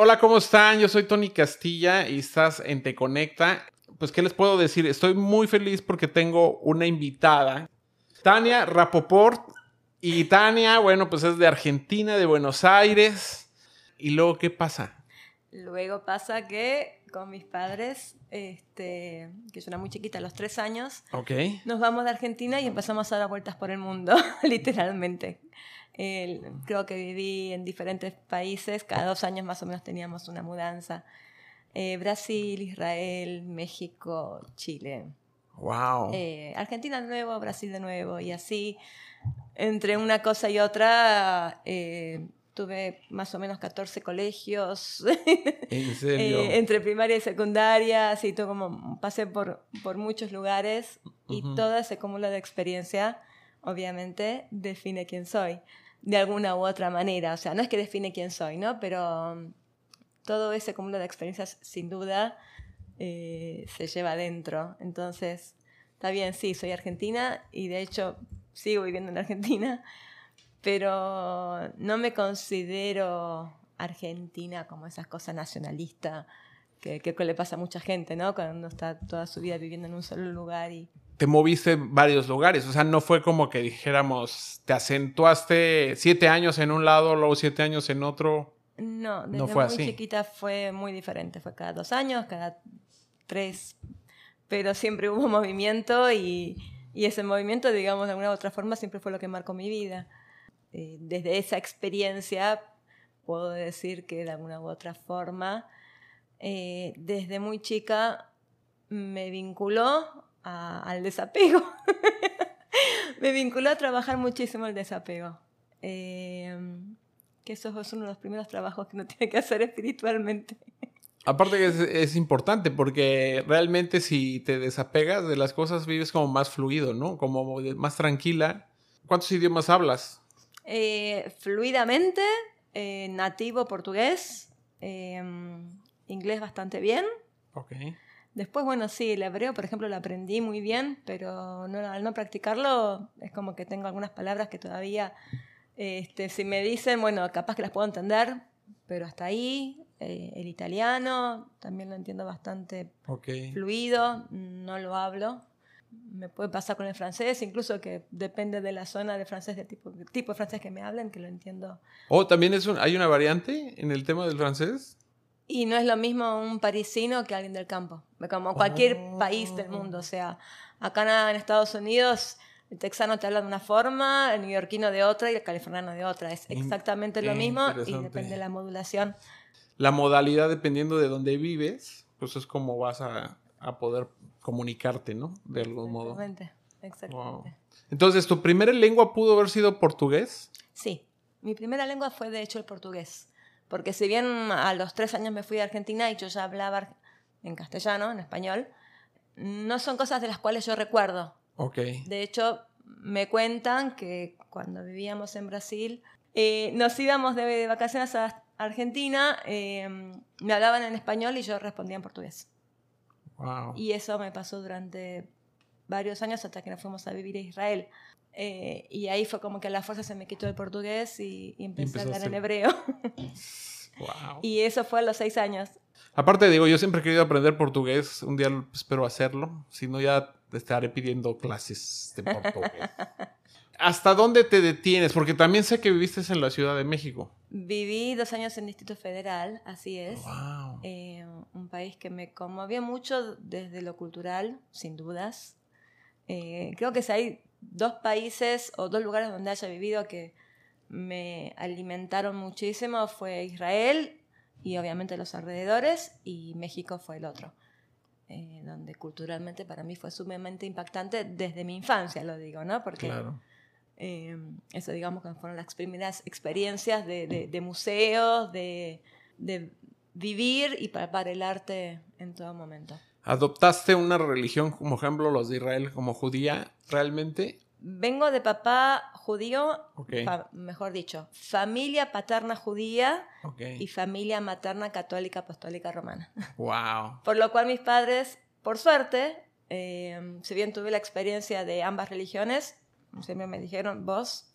Hola, ¿cómo están? Yo soy Tony Castilla y estás en Te Conecta. Pues, ¿qué les puedo decir? Estoy muy feliz porque tengo una invitada, Tania Rapoport. Y Tania, bueno, pues es de Argentina, de Buenos Aires. ¿Y luego qué pasa? Luego pasa que con mis padres, que yo era muy chiquita, a los 3 años, Ok. nos vamos de Argentina y empezamos a dar vueltas por el mundo, literalmente. Creo que viví en diferentes países, cada 2 años más o menos teníamos una mudanza. Brasil, Israel, México, Chile. Wow. Argentina de nuevo, Brasil de nuevo, y así, entre una cosa y otra, tuve más o menos 14 colegios. ¿En serio? Entre primaria y secundaria, así, pasé por muchos lugares y toda ese cúmulo de experiencia, obviamente, define quién soy, de alguna u otra manera. O sea, no es que define quién soy, ¿no? Pero todo ese cúmulo de experiencias, sin duda, se lleva adentro. Entonces, está bien, sí, soy argentina y de hecho sigo viviendo en Argentina, pero no me considero argentina como esas cosas nacionalistas que le pasa a mucha gente, ¿no? Cuando está toda su vida viviendo en un solo lugar y... Te moviste en varios lugares, o sea, no fue como que dijéramos, te acentuaste 7 años en un lado, luego 7 años en otro. No, desde No fue muy así. chiquita fue muy diferente, fue cada 2 años, cada 3, pero siempre hubo movimiento y ese movimiento, digamos, de alguna u otra forma siempre fue lo que marcó mi vida. Desde esa experiencia puedo decir que de alguna u otra forma, desde muy chica me vinculó al desapego. Me vinculó a trabajar muchísimo el desapego. Que eso es uno de los primeros trabajos que uno tiene que hacer espiritualmente. Aparte que es importante porque realmente si te desapegas de las cosas vives como más fluido, ¿no? Como más tranquila. ¿Cuántos idiomas hablas? Fluidamente, nativo portugués, inglés bastante bien. Ok. Después, bueno, sí, el hebreo, por ejemplo, lo aprendí muy bien, pero al no practicarlo es como que tengo algunas palabras que todavía, si me dicen, bueno, capaz que las puedo entender, pero hasta ahí. El italiano también lo entiendo bastante fluido, no lo hablo. Me puede pasar con el francés, incluso que depende de la zona de francés, del tipo de francés que me hablen, que lo entiendo. ¿También hay una variante en el tema del francés? Y no es lo mismo un parisino que alguien del campo, como cualquier país del mundo. O sea, acá en Estados Unidos el texano te habla de una forma, el neoyorquino de otra y el californiano de otra. Es exactamente lo mismo y depende de la modulación. La modalidad, dependiendo de dónde vives, pues es como vas a poder comunicarte, ¿no? De algún modo. Exactamente. Wow. Entonces, ¿tu primera lengua pudo haber sido portugués? Sí, mi primera lengua fue de hecho el portugués. Porque si bien a los 3 años me fui a Argentina y yo ya hablaba en castellano, en español, no son cosas de las cuales yo recuerdo. Ok. De hecho, me cuentan que cuando vivíamos en Brasil, nos íbamos de vacaciones a Argentina, me hablaban en español y yo respondía en portugués. Wow. Y eso me pasó durante varios años hasta que nos fuimos a vivir a Israel. Y ahí fue como que a la fuerza se me quitó el portugués y empecé a hablar en hebreo. Wow. Y eso fue a los 6 años. Aparte, digo, yo siempre he querido aprender portugués. Un día espero hacerlo. Si no, ya te estaré pidiendo clases de portugués. ¿Hasta dónde te detienes? Porque también sé que viviste en la Ciudad de México. Viví 2 años en el Distrito Federal, así es. Wow. Un país que me conmovió mucho desde lo cultural, sin dudas. Creo que si hay 2 países o 2 lugares donde haya vivido que me alimentaron muchísimo, fue Israel y obviamente los alrededores, y México fue el otro. Donde culturalmente para mí fue sumamente impactante desde mi infancia, lo digo, ¿no? Porque claro. Eso, digamos, que fueron las primeras experiencias de museos, de vivir y palpar el arte en todo momento. ¿Adoptaste una religión, como ejemplo los de Israel, como judía, realmente? Vengo de papá judío, Okay. Mejor dicho, familia paterna judía, Okay. y familia materna católica apostólica romana. Wow. Por lo cual mis padres, por suerte, si bien tuve la experiencia de ambas religiones, siempre me dijeron, vos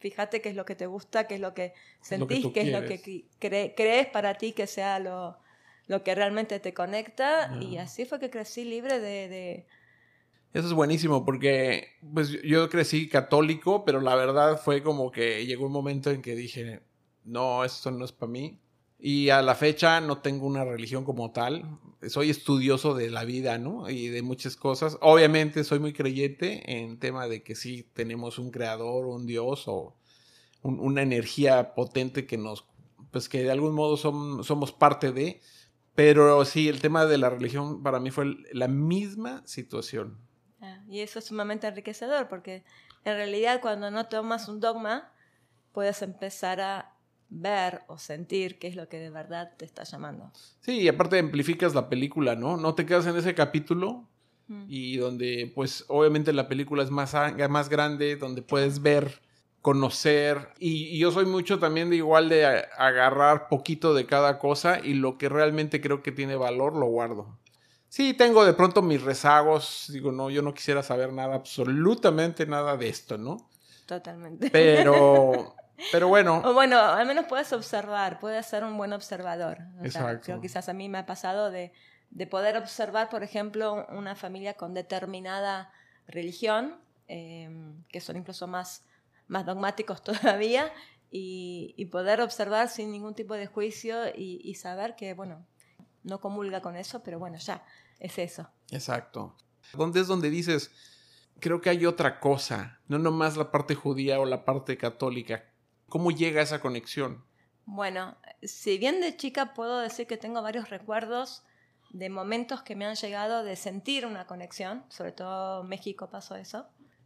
fíjate qué es lo que te gusta, qué es lo que sentís, tú qué es lo quieres. que crees para ti que sea lo que realmente te conecta. Y así fue que crecí libre de... Eso es buenísimo porque pues yo crecí católico, pero la verdad fue como que llegó un momento en que dije, no, esto no es para mí. Y a la fecha no tengo una religión como tal. Soy estudioso de la vida, ¿no? Y de muchas cosas. Obviamente soy muy creyente en tema de que sí tenemos un creador, un Dios o una energía potente que nos, pues que de algún modo somos parte de. Pero sí, el tema de la religión para mí fue la misma situación. Y eso es sumamente enriquecedor porque en realidad cuando no tomas un dogma, puedes empezar a ver o sentir qué es lo que de verdad te está llamando. Sí, y aparte amplificas la película, ¿no? No te quedas en ese capítulo y donde, pues, obviamente la película es más grande, donde puedes ver, conocer. Y yo soy mucho también de igual de agarrar poquito de cada cosa y lo que realmente creo que tiene valor lo guardo. Sí, tengo de pronto mis rezagos, digo, no, yo no quisiera saber nada, absolutamente nada de esto, ¿no? Totalmente. Pero bueno. O bueno, al menos puedes observar, puedes ser un buen observador. O sea, Exacto. creo que quizás a mí me ha pasado de poder observar, por ejemplo, una familia con determinada religión, que son incluso más dogmáticos todavía, y poder observar sin ningún tipo de juicio y saber que, bueno, no comulga con eso, pero bueno, ya, es eso. Exacto. ¿Dónde es donde dices, creo que hay otra cosa, no nomás la parte judía o la parte católica? ¿Cómo llega esa conexión? Bueno, si bien de chica puedo decir que tengo varios recuerdos de momentos que me han llegado de sentir una conexión, sobre todo en México pasó eso.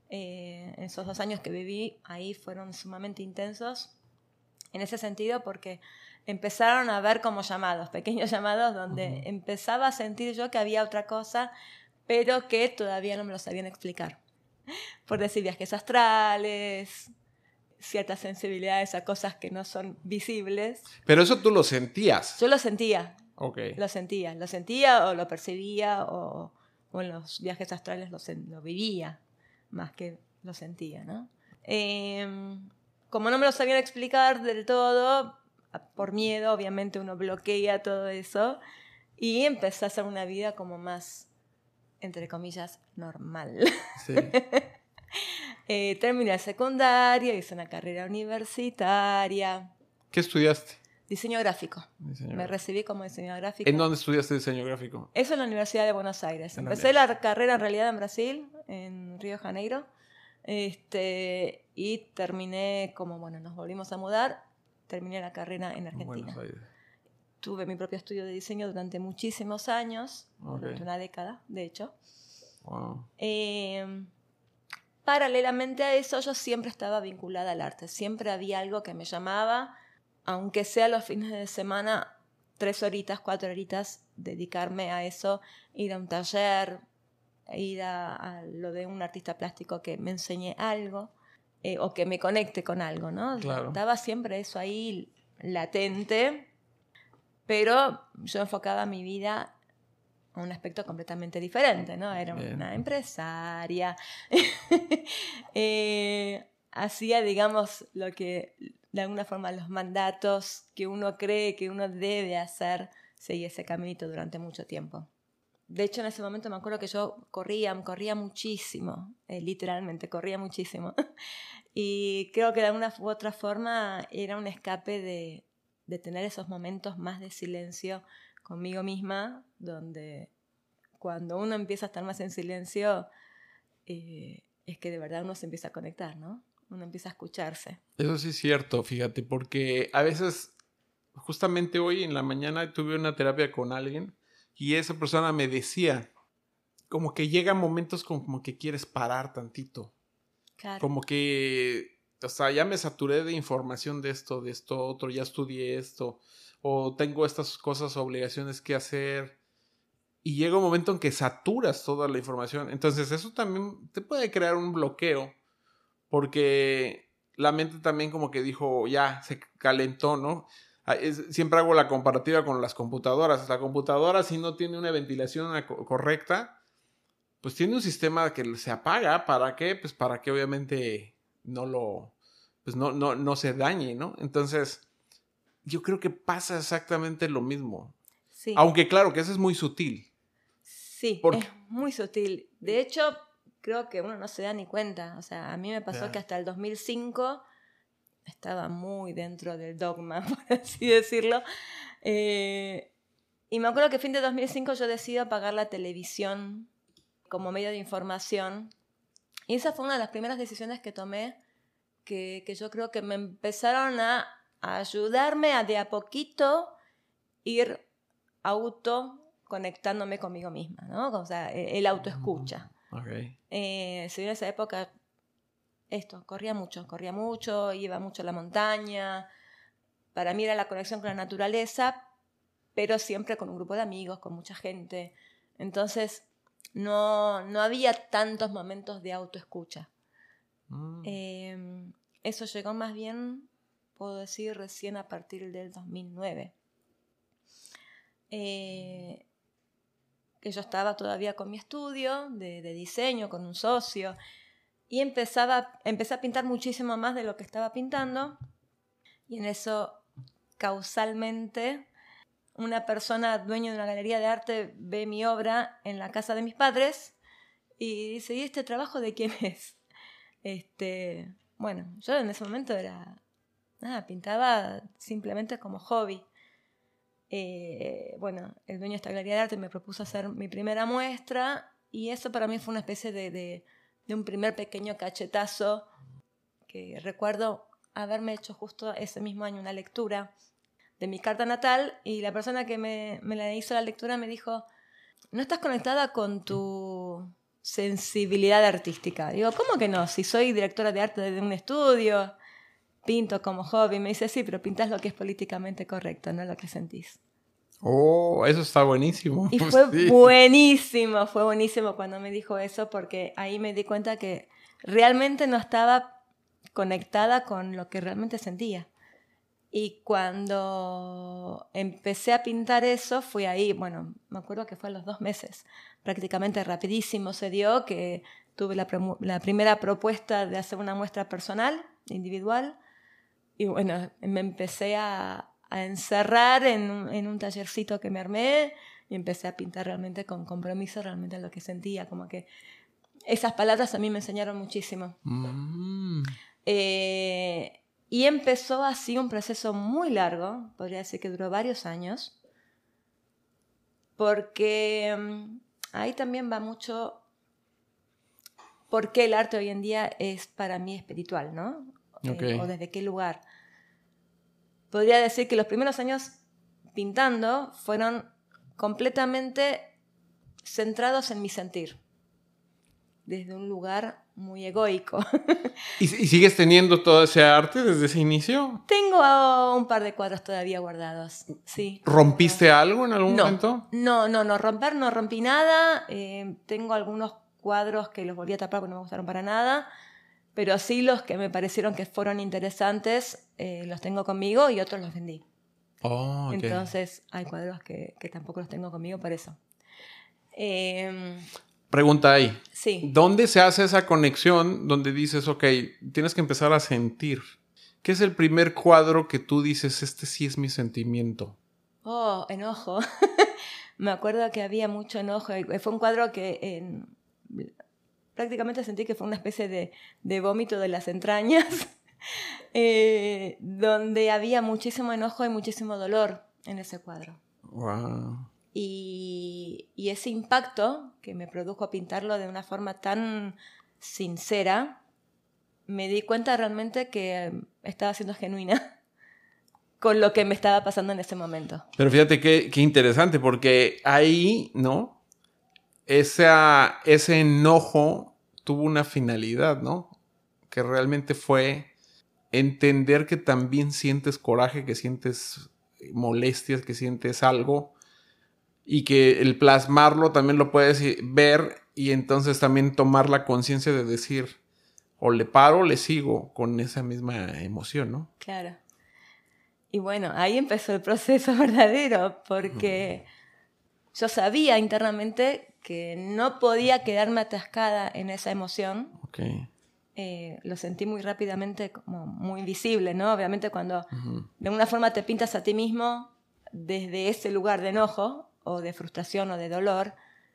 Esos 2 años que viví ahí fueron sumamente intensos en ese sentido porque empezaron a ver como llamados, pequeños llamados donde empezaba a sentir yo que había otra cosa, pero que todavía no me lo sabían explicar. Por decir viajes astrales, ciertas sensibilidades a cosas que no son visibles. Pero eso tú lo sentías. Yo lo sentía. Ok. Lo sentía o lo percibía o en los viajes astrales lo vivía más que lo sentía, ¿no? Como no me lo sabían explicar del todo, por miedo obviamente uno bloquea todo eso y empecé a hacer una vida como más, entre comillas, normal. Sí. Terminé el secundario, hice una carrera universitaria. ¿Qué estudiaste? Diseño gráfico. Me recibí como diseñador gráfico. ¿En dónde estudiaste diseño gráfico? Eso en la Universidad de Buenos Aires. Empecé la carrera en realidad en Brasil, en Río de Janeiro. Y terminé como, bueno, nos volvimos a mudar, terminé la carrera en Argentina. Buenos Aires. Tuve mi propio estudio de diseño durante muchísimos años, durante una década, de hecho. Wow. Paralelamente a eso, yo siempre estaba vinculada al arte. Siempre había algo que me llamaba, aunque sea los fines de semana, 3 horitas, 4 horitas, dedicarme a eso, ir a un taller, ir a lo de un artista plástico que me enseñe algo o que me conecte con algo, ¿no? Claro. Estaba siempre eso ahí latente, pero yo enfocaba mi vida a un aspecto completamente diferente, ¿no? Era una empresaria. Hacía, digamos, lo que de alguna forma los mandatos que uno cree que uno debe hacer, seguí ese caminito durante mucho tiempo. De hecho, en ese momento me acuerdo que yo corría muchísimo, literalmente corría muchísimo. Y creo que de alguna u otra forma era un escape de tener esos momentos más de silencio conmigo misma, donde cuando uno empieza a estar más en silencio, es que de verdad uno se empieza a conectar, ¿no? Uno empieza a escucharse. Eso sí es cierto, fíjate, porque a veces, justamente hoy en la mañana tuve una terapia con alguien y esa persona me decía, como que llegan momentos como que quieres parar tantito. Claro. Como que, o sea, ya me saturé de información de esto otro, ya estudié esto, o tengo estas cosas, obligaciones que hacer. Y llega un momento en que saturas toda la información. Entonces eso también te puede crear un bloqueo, porque la mente también como que dijo, ya, se calentó, ¿no? Siempre hago la comparativa con las computadoras. La computadora, si no tiene una ventilación correcta, pues tiene un sistema que se apaga. ¿Para qué? Pues para que obviamente no lo pues no se dañe, ¿no? Entonces, yo creo que pasa exactamente lo mismo. Sí. Aunque claro que eso es muy sutil. Sí, es muy sutil. De hecho, creo que uno no se da ni cuenta. O sea, a mí me pasó que hasta el 2005 estaba muy dentro del dogma, por así decirlo. Y me acuerdo que a fin de 2005 yo decido apagar la televisión como medio de información. Y esa fue una de las primeras decisiones que tomé, que yo creo que me empezaron a ayudarme a de a poquito ir conectándome conmigo misma, ¿no? O sea, el autoescucha. Okay. Si en esa época corría mucho, iba mucho a la montaña. Para mí era la conexión con la naturaleza, pero siempre con un grupo de amigos, con mucha gente. Entonces, no había tantos momentos de autoescucha. Eso llegó más bien, puedo decir, recién a partir del 2009. Que yo estaba todavía con mi estudio de diseño, con un socio, y empecé a pintar muchísimo más de lo que estaba pintando, y en eso, causalmente, una persona dueño de una galería de arte ve mi obra en la casa de mis padres y dice, ¿y este trabajo de quién es? Bueno, yo en ese momento pintaba simplemente como hobby. Bueno, el dueño de esta galería de arte me propuso hacer mi primera muestra y eso para mí fue una especie de un primer pequeño cachetazo, que recuerdo haberme hecho justo ese mismo año una lectura de mi carta natal, y la persona que me la hizo la lectura me dijo, ¿no estás conectada con tu sensibilidad artística? Digo, ¿cómo que no? Si soy directora de arte de un estudio, pinto como hobby. Me dice, sí, pero pintas lo que es políticamente correcto, no lo que sentís. Oh, eso está buenísimo. Y fue buenísimo cuando me dijo eso, porque ahí me di cuenta que realmente no estaba conectada con lo que realmente sentía. Y cuando empecé a pintar eso, fue ahí, bueno, me acuerdo que fue a los 2 meses, prácticamente rapidísimo se dio, que tuve la primera propuesta de hacer una muestra personal, individual, y bueno, me empecé a encerrar en un tallercito que me armé y empecé a pintar realmente con compromiso, realmente lo que sentía, como que esas palabras a mí me enseñaron muchísimo. Y empezó así un proceso muy largo, podría decir que duró varios años, porque ahí también va mucho por qué el arte hoy en día es para mí espiritual, ¿no? Okay. O desde qué lugar. Podría decir que los primeros años pintando fueron completamente centrados en mi sentir, desde un lugar muy egoico. ¿Y sigues teniendo todo ese arte desde ese inicio? Tengo un par de cuadros todavía guardados, sí. ¿Rompiste algo en algún momento? No, romper no rompí nada. Tengo algunos cuadros que los volví a tapar porque no me gustaron para nada, pero sí los que me parecieron que fueron interesantes los tengo conmigo y otros los vendí. Oh, okay. Entonces hay cuadros que tampoco los tengo conmigo por eso. Pregunta ahí. Sí. ¿Dónde se hace esa conexión donde dices, ok, tienes que empezar a sentir? ¿Qué es el primer cuadro que tú dices, este sí es mi sentimiento? Oh, enojo. Me acuerdo que había mucho enojo. Fue un cuadro que prácticamente sentí que fue una especie de vómito de las entrañas, donde había muchísimo enojo y muchísimo dolor en ese cuadro. Wow. Y ese impacto que me produjo pintarlo de una forma tan sincera, me di cuenta realmente que estaba siendo genuina con lo que me estaba pasando en ese momento. Pero fíjate qué interesante, porque ahí, ¿no? Ese enojo tuvo una finalidad, ¿no? Que realmente fue entender que también sientes coraje, que sientes molestias, que sientes algo, y que el plasmarlo también lo puedes ver y entonces también tomar la conciencia de decir, o le paro o le sigo con esa misma emoción, ¿no? Claro. Y bueno, ahí empezó el proceso verdadero, porque yo sabía internamente que no podía quedarme atascada en esa emoción. Okay. lo sentí muy rápidamente como muy visible, ¿no? Obviamente cuando de alguna forma te pintas a ti mismo desde ese lugar de enojo o de frustración o de dolor,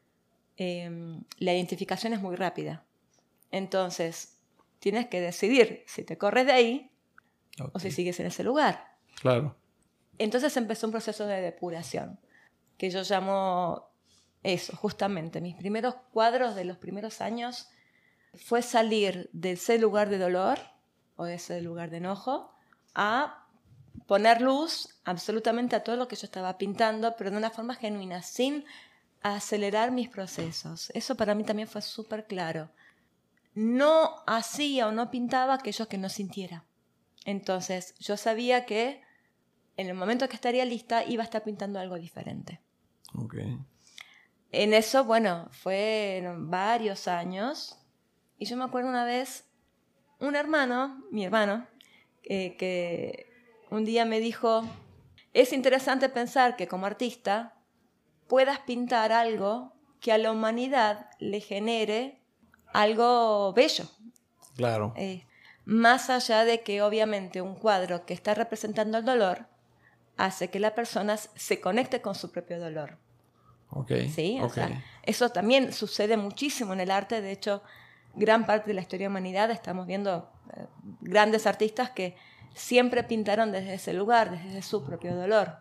la identificación es muy rápida. Entonces, tienes que decidir si te corres de ahí o si sigues en ese lugar. Claro. Entonces empezó un proceso de depuración, que yo llamo eso, justamente. Mis primeros cuadros de los primeros años fue salir de ese lugar de dolor o de ese lugar de enojo a poner luz absolutamente a todo lo que yo estaba pintando, pero de una forma genuina, sin acelerar mis procesos. Eso para mí también fue súper claro. No hacía o no pintaba aquello que no sintiera. Entonces yo sabía que en el momento que estaría lista iba a estar pintando algo diferente. Okay. En eso, bueno, fueron varios años. Y yo me acuerdo una vez, mi hermano, que un día me dijo, es interesante pensar que como artista puedas pintar algo que a la humanidad le genere algo bello. Claro. Más allá de que obviamente un cuadro que está representando el dolor hace que la persona se conecte con su propio dolor. Okay. ¿Sí? Okay. O sea, eso también sucede muchísimo en el arte. De hecho, gran parte de la historia de la humanidad estamos viendo grandes artistas que siempre pintaron desde ese lugar, desde su propio dolor.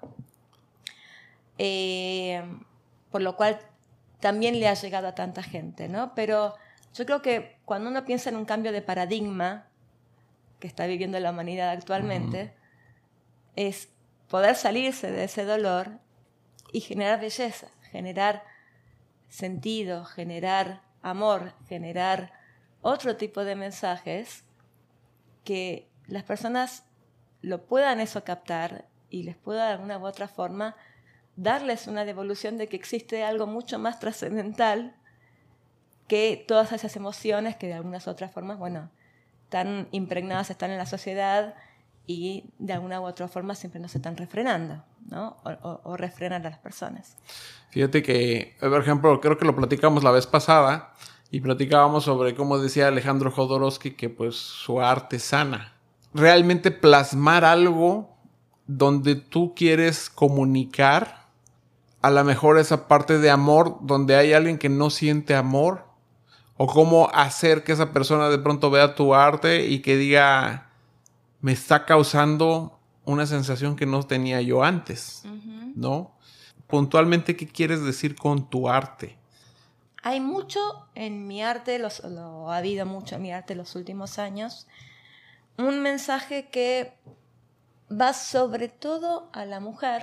Por lo cual también le ha llegado a tanta gente, ¿no? Pero yo creo que cuando uno piensa en un cambio de paradigma que está viviendo la humanidad actualmente, es poder salirse de ese dolor y generar belleza, generar sentido, generar amor, generar otro tipo de mensajes que las personas lo puedan eso captar y les pueda de alguna u otra forma darles una devolución de que existe algo mucho más trascendental que todas esas emociones que de algunas otras formas, bueno, están impregnadas, están en la sociedad y de alguna u otra forma siempre nos están refrenando, ¿no? O refrenan a las personas. Fíjate que, por ejemplo, creo que lo platicamos la vez pasada y platicábamos sobre cómo decía Alejandro Jodorowsky que pues su arte sana. Realmente plasmar algo donde tú quieres comunicar a lo mejor esa parte de amor donde hay alguien que no siente amor, o cómo hacer que esa persona de pronto vea tu arte y que diga, me está causando una sensación que no tenía yo antes, ¿no? Puntualmente, ¿qué quieres decir con tu arte? Hay mucho en mi arte, lo ha habido mucho en mi arte en los últimos años, un mensaje que va sobre todo a la mujer,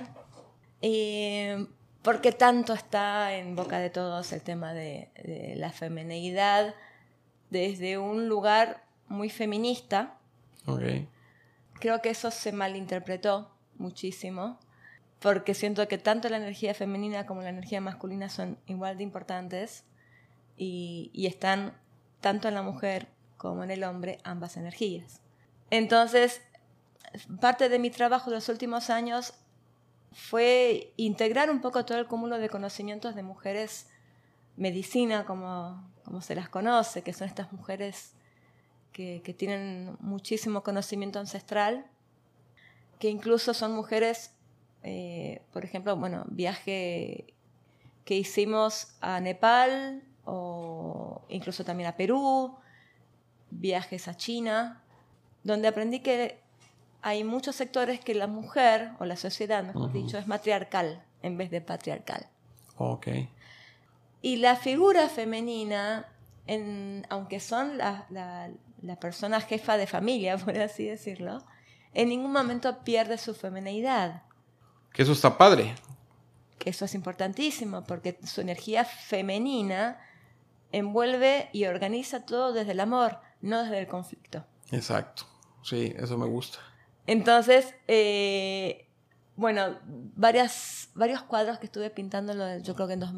porque tanto está en boca de todos el tema de la femineidad desde un lugar muy feminista. Okay. Creo que eso se malinterpretó muchísimo, porque siento que tanto la energía femenina como la energía masculina son igual de importantes y están tanto en la mujer como en el hombre ambas energías. Entonces, parte de mi trabajo de los últimos años fue integrar un poco todo el cúmulo de conocimientos de mujeres medicina, como se las conoce, que son estas mujeres que tienen muchísimo conocimiento ancestral, que incluso son mujeres, por ejemplo, bueno, viaje que hicimos a Nepal o incluso también a Perú, viajes a China, donde aprendí que hay muchos sectores que la mujer, o la sociedad, mejor dicho, es matriarcal en vez de patriarcal. Okay. Y la figura femenina, aunque son la persona jefa de familia, por así decirlo, en ningún momento pierde su femineidad. Que eso está padre. Que eso es importantísimo, porque su energía femenina envuelve y organiza todo desde el amor, no desde el conflicto. Exacto. Sí, eso me gusta. Entonces, bueno, varios cuadros que estuve pintando, yo creo que en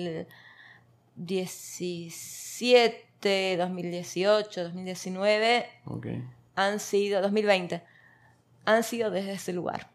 2017, 2018, 2019, Okay. han sido, 2020, han sido desde ese lugar.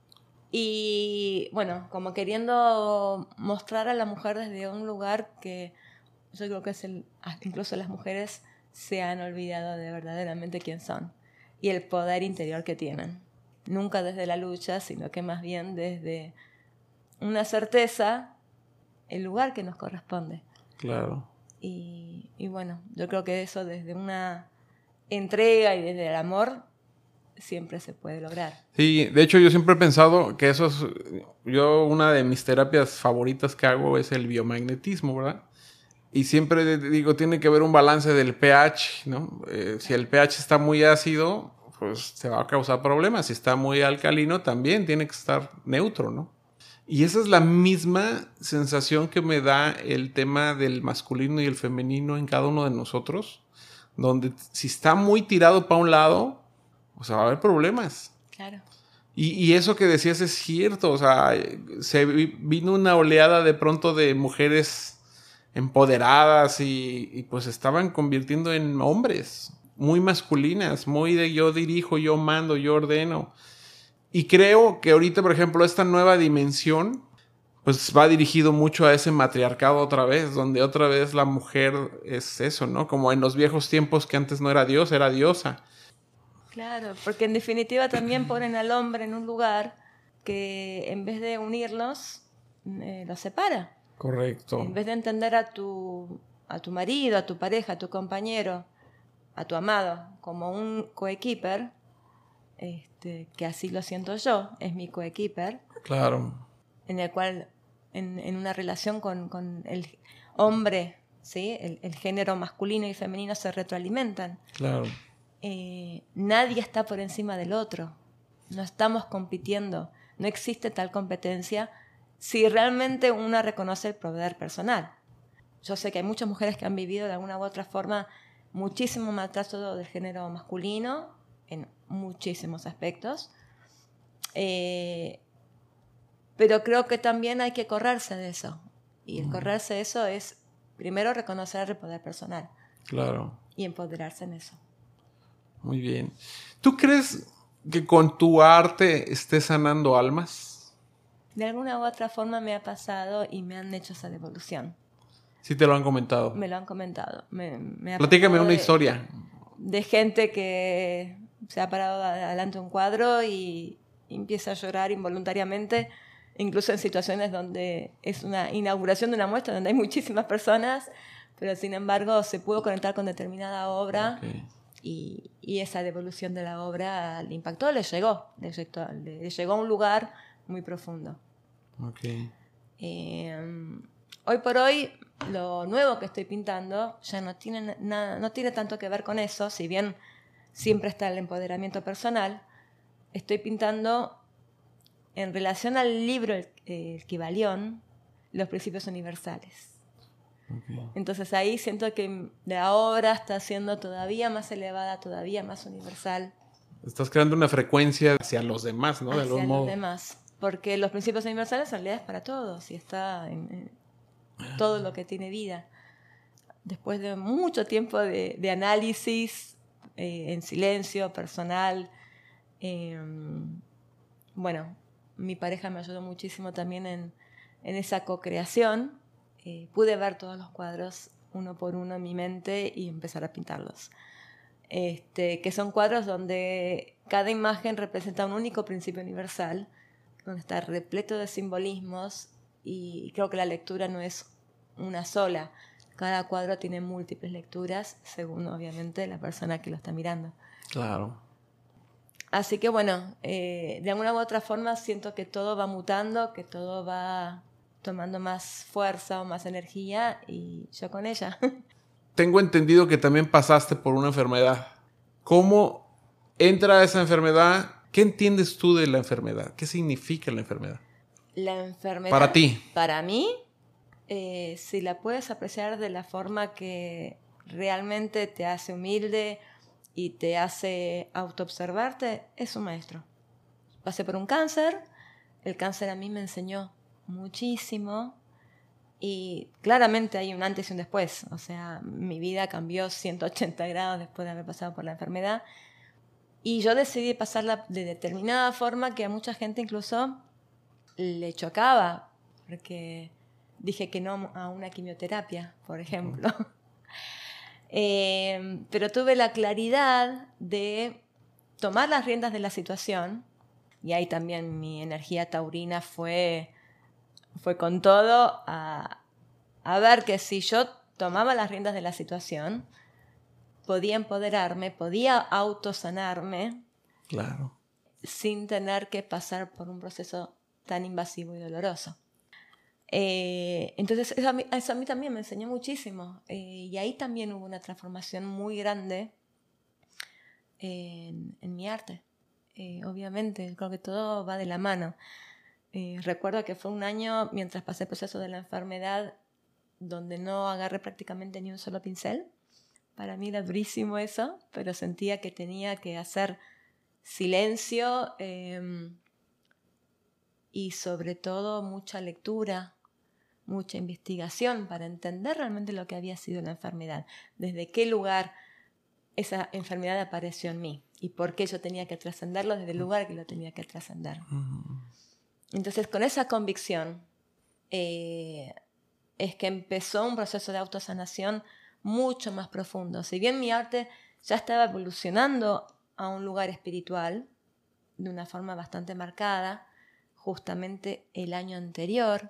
Y bueno, como queriendo mostrar a la mujer desde un lugar que yo creo que es incluso las mujeres se han olvidado de verdaderamente quién son y el poder interior que tienen. Nunca desde la lucha, sino que más bien desde una certeza, el lugar que nos corresponde. Claro. Y bueno, yo creo que eso desde una entrega y desde el amor siempre se puede lograr. Sí, de hecho yo siempre he pensado que eso es... una de mis terapias favoritas que hago es el biomagnetismo, ¿verdad? Y siempre digo, tiene que haber un balance del pH, ¿no? Si el pH está muy ácido, pues se va a causar problemas. Si está muy alcalino, también tiene que estar neutro, ¿no? Y esa es la misma sensación que me da el tema del masculino y el femenino en cada uno de nosotros, donde si está muy tirado para un lado, o sea, va a haber problemas. Claro. Y eso que decías es cierto, o sea, vino una oleada de pronto de mujeres empoderadas y pues estaban convirtiendo en hombres muy masculinas, muy de yo dirijo, yo mando, yo ordeno. Y creo que ahorita, por ejemplo, esta nueva dimensión pues va dirigido mucho a ese matriarcado otra vez, donde otra vez la mujer es eso, ¿no? Como en los viejos tiempos que antes no era Dios, era diosa. Claro, porque en definitiva también ponen al hombre en un lugar que en vez de unirlos, los separa. Correcto. En vez de entender a tu marido, a tu pareja, a tu compañero, a tu amado como un coequiper, que así lo siento yo, es mi coequiper. Claro. En el cual, en una relación con el hombre, ¿sí? El género masculino y femenino se retroalimentan. Claro. Nadie está por encima del otro. No estamos compitiendo. No existe tal competencia si realmente uno reconoce el poder personal. Yo sé que hay muchas mujeres que han vivido de alguna u otra forma muchísimo maltrato del género masculino en muchísimos aspectos. Pero creo que también hay que correrse de eso. Y el correrse de eso es primero reconocer el poder personal. Claro. Y empoderarse en eso. Muy bien. ¿Tú crees que con tu arte estés sanando almas? De alguna u otra forma me ha pasado y me han hecho esa devolución. Sí te lo han comentado. Me lo han comentado. Platícame una historia. De gente que se ha parado adelante de un cuadro y empieza a llorar involuntariamente, incluso en situaciones donde es una inauguración de una muestra donde hay muchísimas personas, pero sin embargo se pudo conectar con determinada obra. Okay. Y esa devolución de la obra le impactó, le llegó a un lugar muy profundo. Okay. Hoy por hoy lo nuevo que estoy pintando ya no tiene tanto que ver con eso, si bien siempre está el empoderamiento personal. Estoy pintando en relación al libro El Kybalión, los principios universales. Okay. Entonces ahí siento que la obra está siendo todavía más elevada, todavía más universal. Estás creando una frecuencia hacia los demás, ¿no? De algún modo. Hacia los demás. Porque los principios universales en realidad es para todos y está en todo lo que tiene vida. Después de mucho tiempo de análisis, en silencio, personal, bueno, mi pareja me ayudó muchísimo también en esa co-creación. Pude ver todos los cuadros uno por uno en mi mente y empezar a pintarlos. Que son cuadros donde cada imagen representa un único principio universal, donde está repleto de simbolismos y creo que la lectura no es una sola. Cada cuadro tiene múltiples lecturas, según obviamente la persona que lo está mirando. Claro. Así que bueno, de alguna u otra forma siento que todo va mutando, que todo va tomando más fuerza o más energía y yo con ella. Tengo entendido que también pasaste por una enfermedad. ¿Cómo entra esa enfermedad? ¿Qué entiendes tú de la enfermedad? ¿Qué significa la enfermedad? La enfermedad. Para ti. Para mí, si la puedes apreciar de la forma que realmente te hace humilde y te hace autoobservarte, es un maestro. Pasé por un cáncer. El cáncer a mí me enseñó muchísimo y claramente hay un antes y un después. O sea, mi vida cambió 180 grados después de haber pasado por la enfermedad y yo decidí pasarla de determinada forma que a mucha gente incluso le chocaba, porque dije que no a una quimioterapia, por ejemplo. Pero tuve la claridad de tomar las riendas de la situación, y ahí también mi energía taurina fue con todo a ver que si yo tomaba las riendas de la situación, podía empoderarme, podía autosanarme. Claro. Sin tener que pasar por un proceso tan invasivo y doloroso. Entonces eso a mí también me enseñó muchísimo. Y ahí también hubo una transformación muy grande en mi arte. Obviamente, creo que todo va de la mano. Recuerdo que fue un año, mientras pasé el proceso de la enfermedad, donde no agarré prácticamente ni un solo pincel. Para mí era durísimo eso, pero sentía que tenía que hacer silencio y sobre todo mucha lectura, mucha investigación para entender realmente lo que había sido la enfermedad, desde qué lugar esa enfermedad apareció en mí y por qué yo tenía que trascenderlo desde el lugar que lo tenía que trascender. Entonces, con esa convicción es que empezó un proceso de autosanación mucho más profundo. Si bien mi arte ya estaba evolucionando a un lugar espiritual de una forma bastante marcada, justamente el año anterior,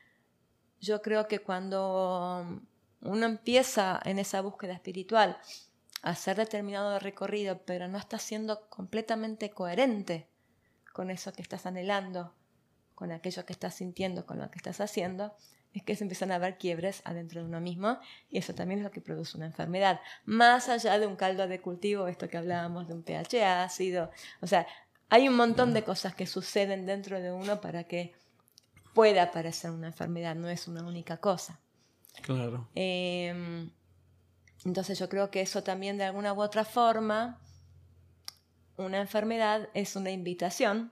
yo creo que cuando uno empieza en esa búsqueda espiritual a hacer determinado recorrido, pero no está siendo completamente coherente con eso que estás anhelando, con aquello que estás sintiendo, con lo que estás haciendo, es que se empiezan a ver quiebres adentro de uno mismo, y eso también es lo que produce una enfermedad. Más allá de un caldo de cultivo, esto que hablábamos de un pH ácido, o sea, hay un montón de cosas que suceden dentro de uno para que pueda aparecer una enfermedad, no es una única cosa. Claro. Entonces yo creo que eso también de alguna u otra forma, una enfermedad es una invitación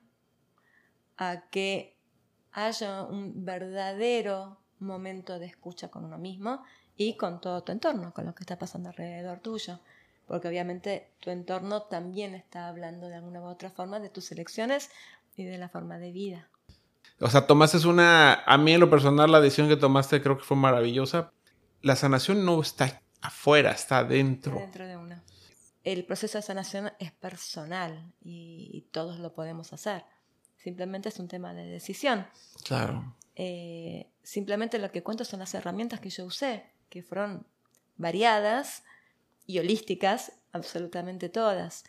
a que haya un verdadero momento de escucha con uno mismo y con todo tu entorno, con lo que está pasando alrededor tuyo. Porque obviamente tu entorno también está hablando de alguna u otra forma de tus elecciones y de la forma de vida. O sea, tomaste a mí en lo personal la decisión que tomaste creo que fue maravillosa. La sanación no está afuera, está adentro. Está dentro de uno. El proceso de sanación es personal y todos lo podemos hacer. Simplemente es un tema de decisión. Claro. Simplemente lo que cuento son las herramientas que yo usé, que fueron variadas y holísticas, absolutamente todas,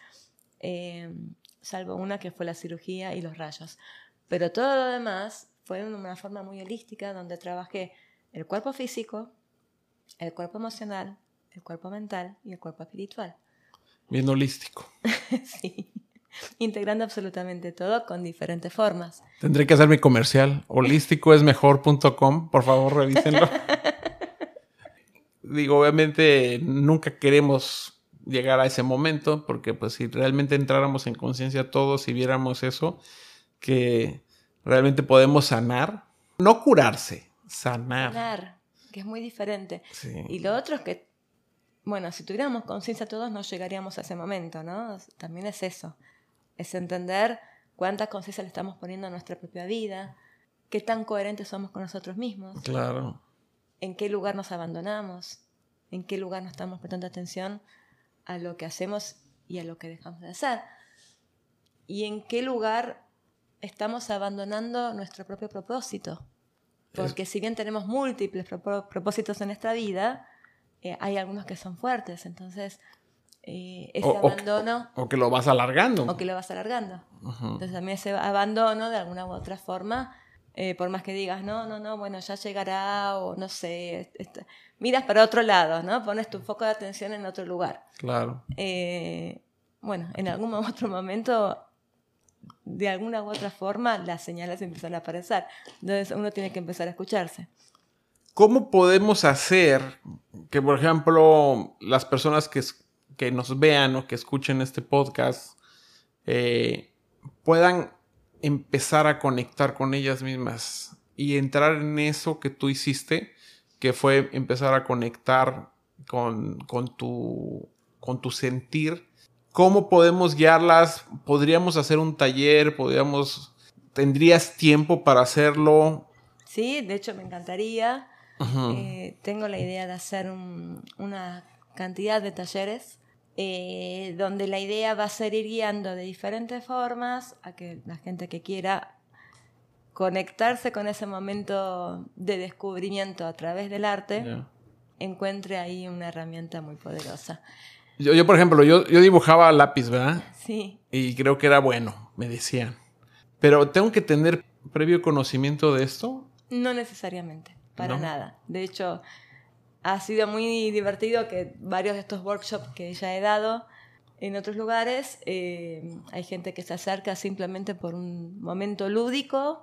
salvo una que fue la cirugía y los rayos. Pero todo lo demás fue de una forma muy holística, donde trabajé el cuerpo físico, el cuerpo emocional, el cuerpo mental y el cuerpo espiritual. Bien holístico. Sí. Integrando absolutamente todo con diferentes formas. Tendré que hacer mi comercial. holísticoesmejor.com. Por favor, revísenlo. Digo, obviamente nunca queremos llegar a ese momento, porque pues si realmente entráramos en conciencia todos y viéramos eso, que realmente podemos sanar, no curarse, sanar. Sanar, que es muy diferente. Sí. Y lo otro es que, bueno, si tuviéramos conciencia todos no llegaríamos a ese momento, ¿no? También es eso. Es entender cuánta conciencia le estamos poniendo a nuestra propia vida, qué tan coherentes somos con nosotros mismos. Claro. En qué lugar nos abandonamos, en qué lugar no estamos prestando atención a lo que hacemos y a lo que dejamos de hacer. Y en qué lugar estamos abandonando nuestro propio propósito. Porque si bien tenemos múltiples propósitos en esta vida, hay algunos que son fuertes. Entonces, ese abandono... O que lo vas alargando. O que lo vas alargando. Uh-huh. Entonces, también ese abandono, de alguna u otra forma, por más que digas, no, bueno, ya llegará, o no sé, miras para otro lado, ¿no? Pones tu foco de atención en otro lugar. Claro. Bueno, en algún otro momento, de alguna u otra forma, las señales empiezan a aparecer. Entonces, uno tiene que empezar a escucharse. ¿Cómo podemos hacer que, por ejemplo, las personas que nos vean o que escuchen este podcast puedan empezar a conectar con ellas mismas y entrar en eso que tú hiciste, que fue empezar a conectar con tu sentir? ¿Cómo podemos guiarlas? ¿Podríamos hacer un taller? ¿Tendrías tiempo para hacerlo? Sí, de hecho me encantaría. Uh-huh. Tengo la idea de hacer una cantidad de talleres, donde la idea va a ser ir guiando de diferentes formas a que la gente que quiera conectarse con ese momento de descubrimiento a través del arte, encuentre ahí una herramienta muy poderosa. Yo por ejemplo, yo dibujaba a lápiz, ¿verdad? Sí. Y creo que era bueno, me decían. Pero ¿tengo que tener previo conocimiento de esto? No necesariamente, para nada. De hecho, ha sido muy divertido que varios de estos workshops que ya he dado en otros lugares, hay gente que se acerca simplemente por un momento lúdico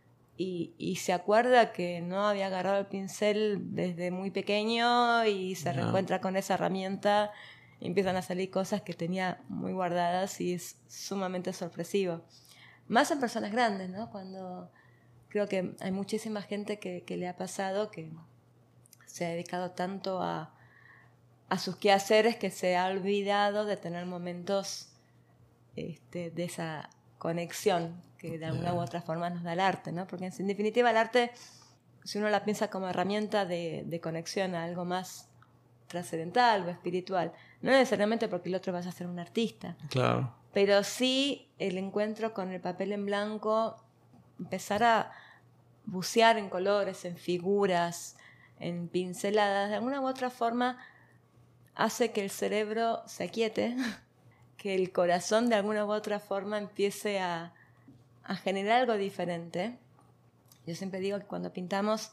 y se acuerda que no había agarrado el pincel desde muy pequeño y se reencuentra con esa herramienta y empiezan a salir cosas que tenía muy guardadas y es sumamente sorpresivo. Más en personas grandes, ¿no? Cuando creo que hay muchísima gente que le ha pasado que se ha dedicado tanto a sus quehaceres que se ha olvidado de tener momentos de esa conexión que de alguna u otra forma nos da el arte, ¿no? Porque en definitiva el arte, si uno la piensa como herramienta de conexión a algo más trascendental o espiritual, no necesariamente porque el otro vaya a ser un artista, claro, pero sí el encuentro con el papel en blanco, empezar a bucear en colores, en figuras, en pinceladas, de alguna u otra forma hace que el cerebro se aquiete, que el corazón de alguna u otra forma empiece a generar algo diferente. Yo siempre digo que cuando pintamos,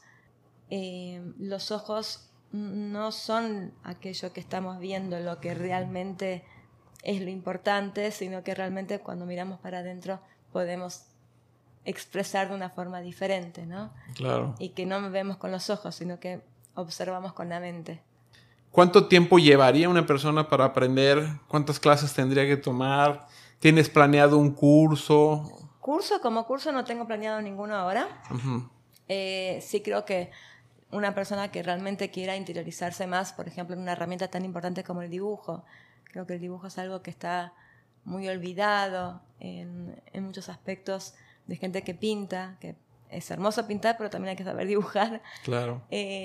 los ojos no son aquello que estamos viendo, lo que realmente es lo importante, sino que realmente cuando miramos para adentro podemos expresar de una forma diferente, ¿no? Claro. Y que no vemos con los ojos, sino que observamos con la mente. ¿Cuánto tiempo llevaría una persona para aprender? ¿Cuántas clases tendría que tomar? ¿Tienes planeado un curso? Como curso no tengo planeado ninguno ahora. Uh-huh. Sí creo que una persona que realmente quiera interiorizarse más, por ejemplo, en una herramienta tan importante como el dibujo. Creo que el dibujo es algo que está muy olvidado en muchos aspectos de gente que pinta, que es hermoso pintar, pero también hay que saber dibujar. Claro.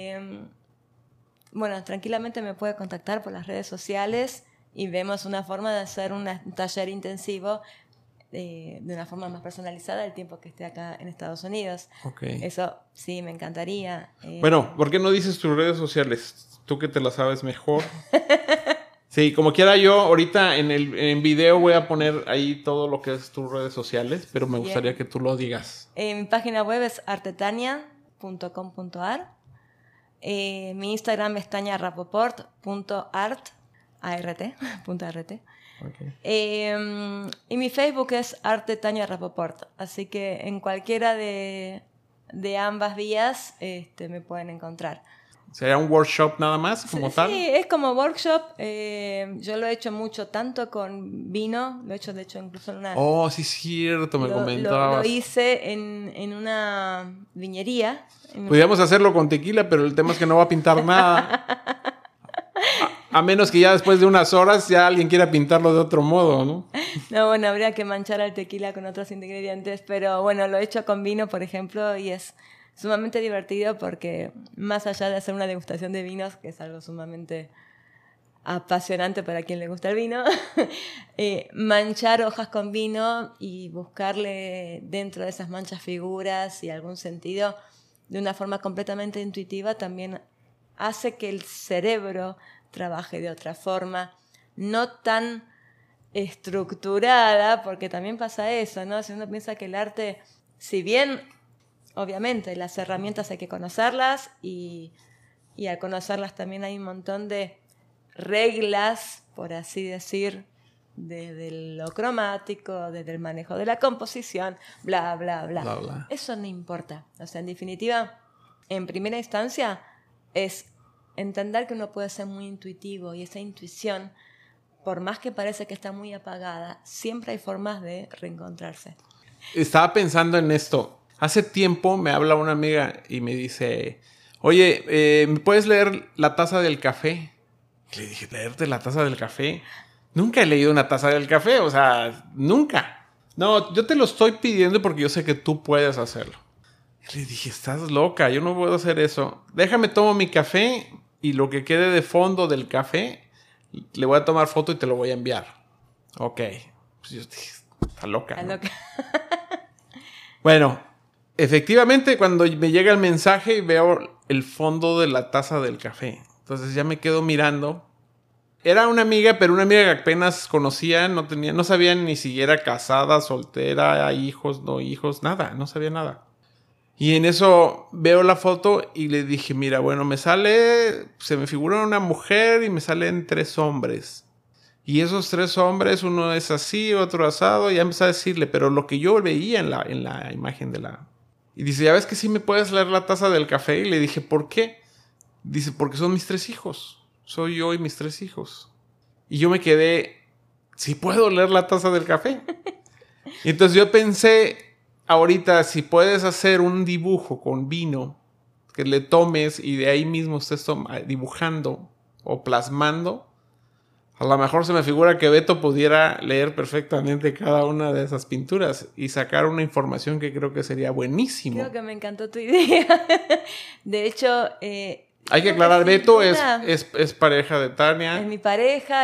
Bueno, tranquilamente me puede contactar por las redes sociales y vemos una forma de hacer un taller intensivo de una forma más personalizada el tiempo que esté acá en Estados Unidos. Okay. Eso sí, me encantaría. Bueno, ¿por qué no dices tus redes sociales? Tú que te las sabes mejor. Sí, como quiera yo, ahorita en video voy a poner ahí todo lo que es tus redes sociales, pero me gustaría que tú lo digas. Mi página web es artetania.com.ar. Mi Instagram es taniarapoport.art. Okay. Y mi Facebook es Arte Tania Rapoport. Así que en cualquiera de ambas vías me pueden encontrar. ¿Sería un workshop nada más como tal? Sí, es como workshop. Yo lo he hecho mucho, tanto con vino. Lo he hecho, de hecho, incluso en una... Oh, sí, cierto, me comentabas. Lo hice en una viñería. Podríamos hacerlo con tequila, pero el tema es que no va a pintar nada. A menos que ya después de unas horas ya alguien quiera pintarlo de otro modo, ¿no? No, bueno, habría que manchar al tequila con otros ingredientes, pero bueno, lo he hecho con vino, por ejemplo, y es sumamente divertido porque más allá de hacer una degustación de vinos, que es algo sumamente apasionante para quien le gusta el vino, manchar hojas con vino y buscarle dentro de esas manchas figuras y algún sentido de una forma completamente intuitiva también hace que el cerebro trabaje de otra forma, no tan estructurada, porque también pasa eso, ¿no? Si uno piensa que el arte, si bien, obviamente, las herramientas hay que conocerlas y al conocerlas también hay un montón de reglas, por así decir, desde lo cromático, desde el manejo de la composición, bla, bla, bla. Bla, bla. Eso no importa. O sea, en definitiva, en primera instancia, es entender que uno puede ser muy intuitivo y esa intuición, por más que parece que está muy apagada, siempre hay formas de reencontrarse. Estaba pensando en esto. Hace tiempo me habla una amiga y me dice, oye, ¿me puedes leer La taza del café? Le dije, ¿leerte La taza del café? Nunca he leído una taza del café, o sea, nunca. No, yo te lo estoy pidiendo porque yo sé que tú puedes hacerlo. Le dije, estás loca, yo no puedo hacer eso. Déjame tomo mi café y lo que quede de fondo del café Le voy a tomar foto y te lo voy a enviar. Ok. Pues yo dije, está loca. Está ¿no? loca. Bueno, efectivamente, cuando me llega el mensaje veo el fondo de la taza del café. Entonces ya me quedo mirando. Era una amiga, pero una amiga que apenas conocía, no sabía ni siquiera casada, soltera, hijos, no hijos, nada, no sabía nada. Y en eso veo la foto y le dije, mira, bueno, se me figura una mujer y me salen 3 hombres. Y esos 3 hombres, uno es así, otro asado, y ya empecé a decirle, pero lo que yo veía en la imagen de la... Y dice, ¿ya ves que sí me puedes leer la taza del café? Y le dije, ¿por qué? Dice, porque son mis 3 hijos. Soy yo y mis 3 hijos. Y yo me quedé, ¿sí puedo leer la taza del café? Y entonces yo pensé, ahorita, si puedes hacer un dibujo con vino, que le tomes y de ahí mismo estés dibujando o plasmando, a lo mejor se me figura que Beto pudiera leer perfectamente cada una de esas pinturas y sacar una información que creo que sería buenísimo. Creo que me encantó tu idea. De hecho... hay que aclarar, Beto es pareja de Tania. Es mi pareja,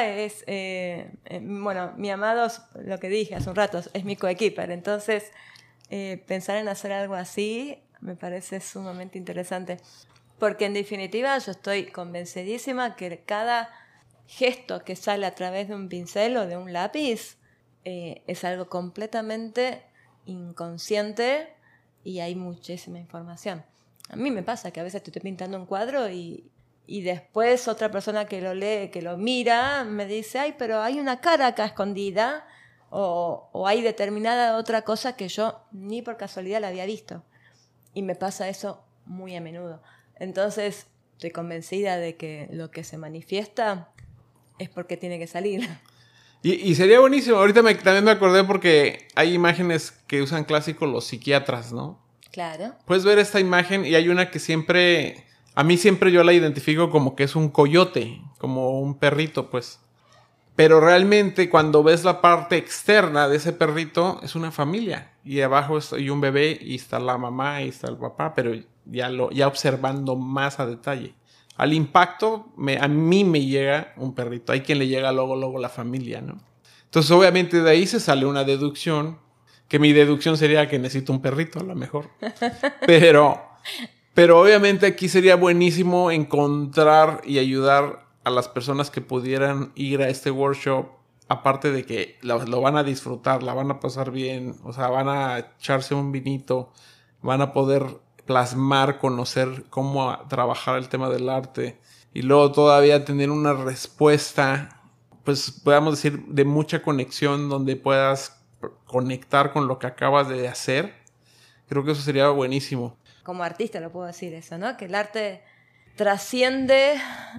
bueno, mi amado, lo que dije hace un rato, es mi coequiper. Entonces, pensar en hacer algo así me parece sumamente interesante. Porque en definitiva yo estoy convencidísima que cada gesto que sale a través de un pincel o de un lápiz es algo completamente inconsciente y hay muchísima información. A mí me pasa que a veces estoy pintando un cuadro y después otra persona que lo lee, que lo mira, me dice, ay, pero hay una cara acá escondida o hay determinada otra cosa que yo ni por casualidad la había visto. Y me pasa eso muy a menudo. Entonces, estoy convencida de que lo que se manifiesta es porque tiene que salir. Y sería buenísimo. Ahorita también me acordé porque hay imágenes que usan clásicos los psiquiatras, ¿no? Claro. Puedes ver esta imagen y hay una que a mí siempre yo la identifico como que es un coyote, como un perrito, pues. Pero realmente cuando ves la parte externa de ese perrito, es una familia. Y abajo hay un bebé y está la mamá y está el papá, pero ya observando más a detalle. Al impacto, a mí me llega un perrito. Hay quien le llega luego la familia, ¿no? Entonces, obviamente, de ahí se sale una deducción. Que mi deducción sería que necesito un perrito, a lo mejor. Pero obviamente aquí sería buenísimo encontrar y ayudar a las personas que pudieran ir a este workshop. Aparte de que lo van a disfrutar, la van a pasar bien. O sea, van a echarse un vinito. Van a poder plasmar, conocer cómo trabajar el tema del arte. Y luego todavía tener una respuesta, pues podemos decir, de mucha conexión donde puedas conectar con lo que acabas de hacer. Creo que eso sería buenísimo. Como artista lo puedo decir eso, ¿no? Que el arte trasciende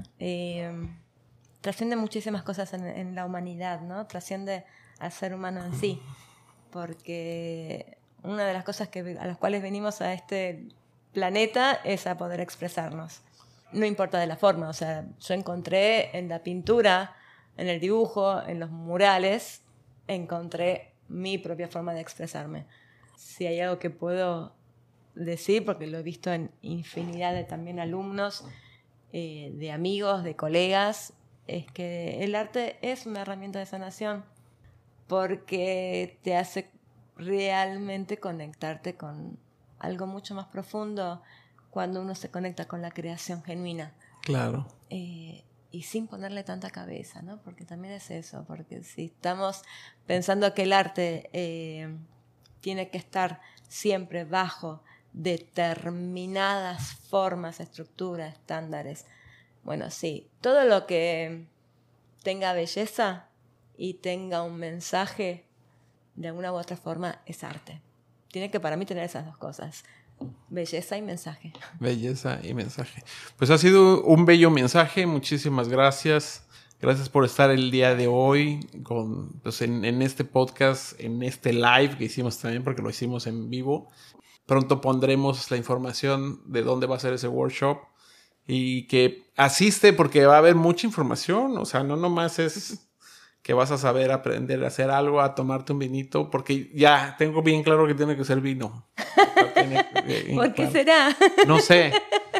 muchísimas cosas en la humanidad, ¿no? Trasciende al ser humano en sí. Porque una de las cosas a las cuales venimos a este planeta es a poder expresarnos. No importa de la forma, o sea, yo encontré en la pintura, en el dibujo, en los murales, encontré mi propia forma de expresarme. Si hay algo que puedo decir, porque lo he visto en infinidad de también alumnos, de amigos, de colegas, es que el arte es una herramienta de sanación porque te hace realmente conectarte con algo mucho más profundo cuando uno se conecta con la creación genuina. Claro. Y sin ponerle tanta cabeza, ¿no? Porque también es eso, porque si estamos pensando que el arte tiene que estar siempre bajo determinadas formas, estructuras, estándares, bueno, sí, todo lo que tenga belleza y tenga un mensaje, de alguna u otra forma, es arte. Tiene que para mí tener esas dos cosas. Belleza y mensaje. Belleza y mensaje. Pues ha sido un bello mensaje. Muchísimas gracias. Gracias por estar el día de hoy en este podcast, en este live que hicimos también, porque lo hicimos en vivo. Pronto pondremos la información de dónde va a ser ese workshop. Y que asiste porque va a haber mucha información. O sea, no nomás es que vas a saber aprender a hacer algo, a tomarte un vinito, porque ya tengo bien claro que tiene que ser vino. ¿Por qué será? No sé.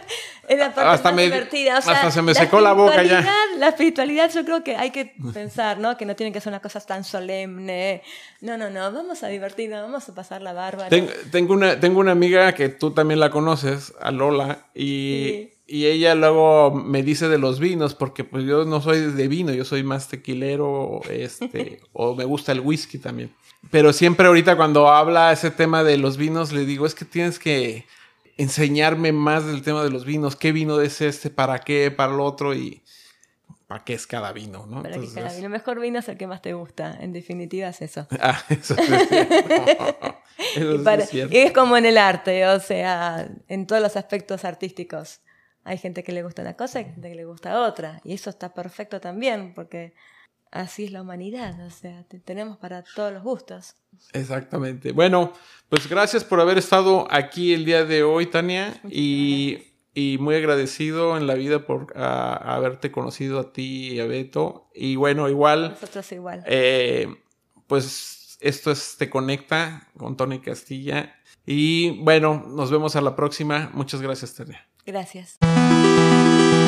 Es la parte más divertida. O sea, hasta se me secó la boca ya. La espiritualidad yo creo que hay que pensar, ¿no? Que no tienen que ser una cosa tan solemne. No. Vamos a divertirnos, vamos a pasarla bárbara. Tengo una amiga que tú también la conoces, a Lola, y ella luego me dice de los vinos, porque pues yo no soy de vino, yo soy más tequilero, o me gusta el whisky también. Pero siempre ahorita cuando habla ese tema de los vinos, le digo, es que tienes que enseñarme más del tema de los vinos. ¿Qué vino es este? ¿Para qué? ¿Para el otro? Y ¿para qué es cada vino? ¿No? Para Entonces, cada vino. El mejor vino es el que más te gusta. En definitiva es eso. Eso es cierto. Y es como en el arte, o sea, en todos los aspectos artísticos. Hay gente que le gusta una cosa y gente que le gusta otra. Y eso está perfecto también, porque así es la humanidad. O sea, tenemos para todos los gustos. Exactamente. Bueno, pues gracias por haber estado aquí el día de hoy, Tania. Y muy agradecido en la vida por haberte conocido a ti y a Beto. Y bueno, igual. Nosotros igual. Pues esto es Te Conecta con Tony Castilla. Y bueno, nos vemos a la próxima. Muchas gracias, Tania. Gracias.